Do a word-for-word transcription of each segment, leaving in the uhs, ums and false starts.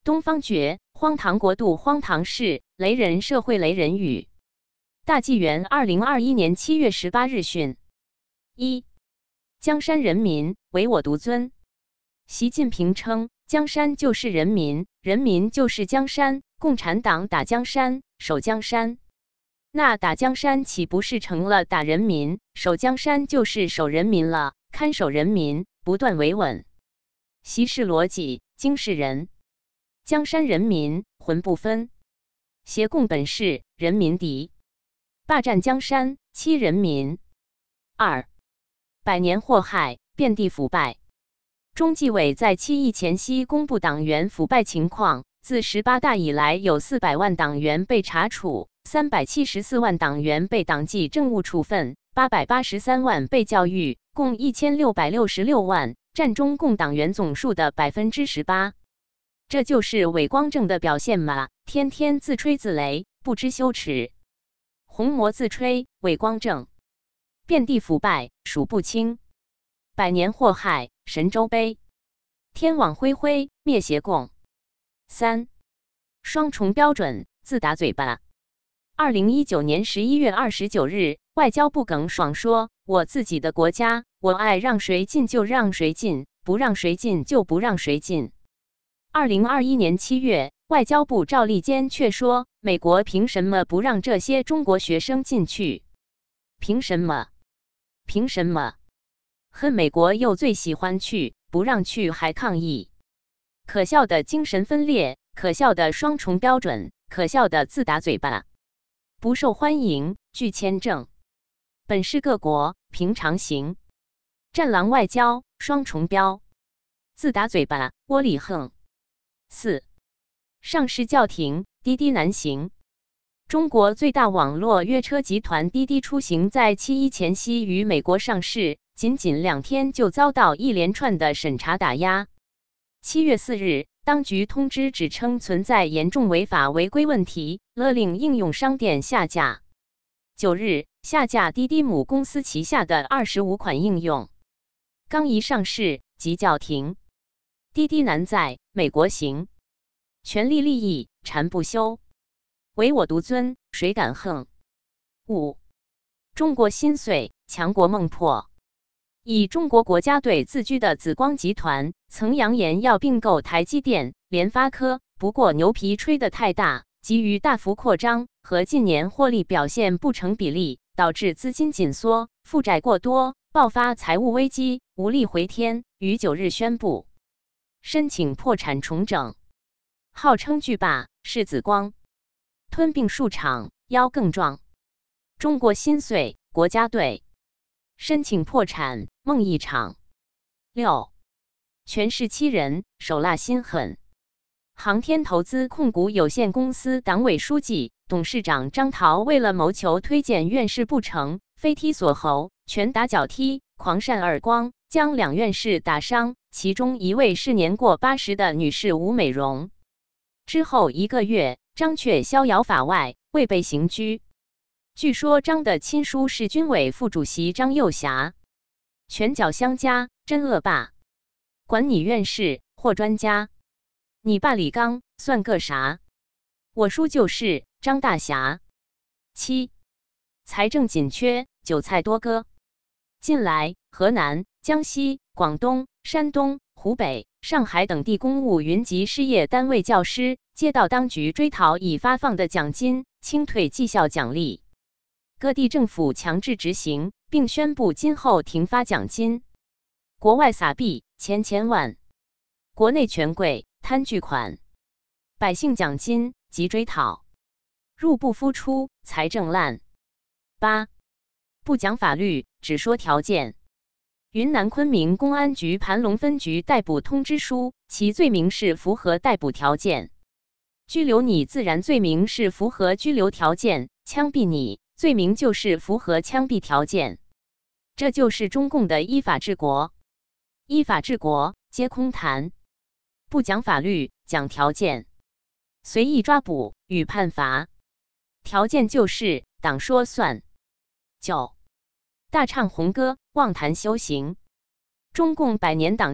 东方觉，荒唐国度，荒唐事，雷人社会，雷人语。大纪元二零二一年七月十八日讯：一、江山人民唯我独尊。习近平称，江山就是人民，人民就是江山。共产党打江山，守江山。那打江山岂不是成了打人民？守江山就是守人民了，看守人民，不断维稳。习氏逻辑，经世人。江山人民，魂不分。挟共本是人民敌，霸占江山，欺人民。二、百年祸害，遍地腐败。中纪委在七一前夕公布党员腐败情况，自十八大以来，有四百万党员被查处，三百七十四万党员被党纪政务处分，八百八十三万被教育，共一千六百六十六万，占中共党员总数的百分之十八。这就是伪光正的表现吗？天天自吹自擂，不知羞耻。红魔自吹，伪光正，遍地腐败，数不清。百年祸害，神州碑。天网恢恢，灭邪共。三、双重标准，自打嘴巴。二零一九年十一月二十九日，外交部耿爽说：“我自己的国家，我爱让谁进就让谁进，不让谁进就不让谁进。”二零二一年七月，外交部赵立坚却说：“美国凭什么不让这些中国学生进去？凭什么？凭什么？恨美国又最喜欢去，不让去还抗议。可笑的精神分裂，可笑的双重标准，可笑的自打嘴巴。不受欢迎，拒签证。本是各国平常行。战狼外交，双重标，自打嘴巴，窝里横。”四、上市叫停，滴滴难行。中国最大网络约车集团滴滴出行在七一前夕于美国上市，仅仅两天就遭到一连串的审查打压。七月四日，当局通知指称存在严重违法违规问题，勒令应用商店下架。九日，下架滴滴母公司旗下的二十五款应用。刚一上市即叫停。滴滴难在美国行，权力利益缠不休，唯我独尊，谁敢横？五、中国心碎，强国梦破。以中国国家队自居的紫光集团曾扬言要并购台积电、联发科，不过牛皮吹得太大，急于大幅扩张，和近年获利表现不成比例，导致资金紧缩，负债过多，爆发财务危机，无力回天，于九日宣布申请破产重整。号称巨霸是紫光，吞并数场，腰更壮。中国心碎，国家队申请破产，梦一场。六、权势欺人，手辣心狠。航天投资控股有限公司党委书记、董事长张涛为了谋求推荐院士不成，飞踢锁喉，拳打脚踢，狂扇耳光，将两院士打伤，其中一位是年过八十的女士吴美荣。之后一个月，张却逍遥法外，未被刑拘。据说张的亲叔是军委副主席张又侠。拳脚相加，真恶霸！管你院士或专家，你霸李刚算个啥？我叔就是张大侠。七、财政紧缺，韭菜多割。近来，河南、江西、广东、山东、湖北、上海等地公务云集事业单位教师接到当局追讨已发放的奖金，清退绩效奖励。各地政府强制执行，并宣布今后停发奖金。国外撒币千千万，国内权贵贪巨款，百姓奖金急追讨，入不敷出，财政烂。八、不讲法律，只说条件。云南昆明公安局盘龙分局逮捕通知书，其罪名是符合逮捕条件。拘留你自然罪名是符合拘留条件，枪毙你罪名就是符合枪毙条件。这就是中共的依法治国。依法治国皆空谈，不讲法律，讲条件，随意抓捕与判罚。条件就是党说算。九、大唱红歌，妄谈修行。中共百年党庆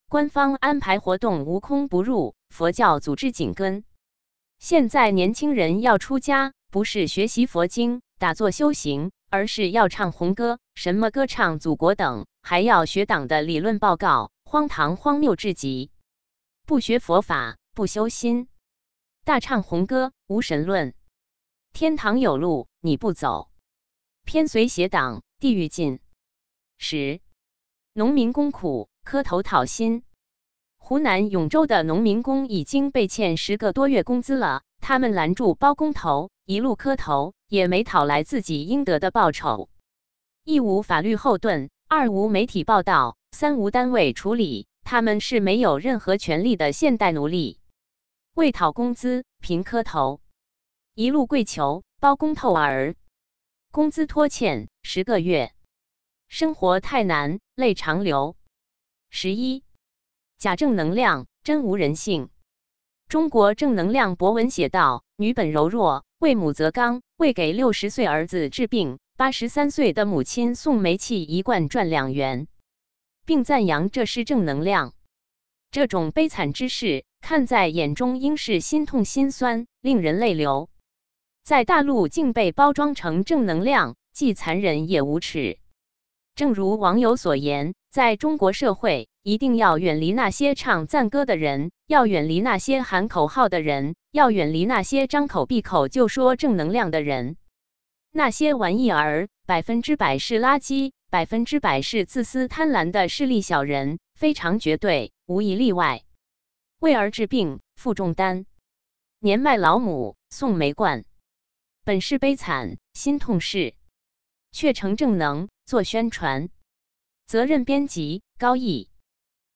官方安排活动无空不入，佛教组织紧跟。现在年轻人要出家，不是学习佛经、打坐修行，而是要唱红歌，什么歌唱祖国等，还要学党的理论报告，荒唐荒谬至极。不学佛法，不修心，大唱红歌，无神论。天堂有路你不走，偏随邪党，地狱近。十，农民工苦，磕头讨薪。湖南永州的农民工已经被欠十个多月工资了，他们拦住包工头，一路磕头，也没讨来自己应得的报酬。一无法律后盾，二无媒体报道，三无单位处理，他们是没有任何权利的现代奴隶。为讨工资，凭磕头，一路跪求，包工头儿，工资拖欠十个月，生活太难，泪长流。十一，假正能量，真无人性。中国正能量博文写道：女本柔弱，为母则刚，为给六十岁儿子治病，八十三岁的母亲送煤气一罐赚两元，并赞扬这是正能量。这种悲惨之事，看在眼中应是心痛心酸，令人泪流。在大陆竟被包装成正能量，既残忍也无耻。正如网友所言，在中国社会，一定要远离那些唱赞歌的人，要远离那些喊口号的人，要远离那些张口闭口就说正能量的人。那些玩意儿，百分之百是垃圾，百分之百是自私贪婪的势利小人，非常绝对，无一例外。为儿治病，负重担，年迈老母送煤罐，本是悲惨，心痛事，却成正能，做宣传。责任编辑高毅。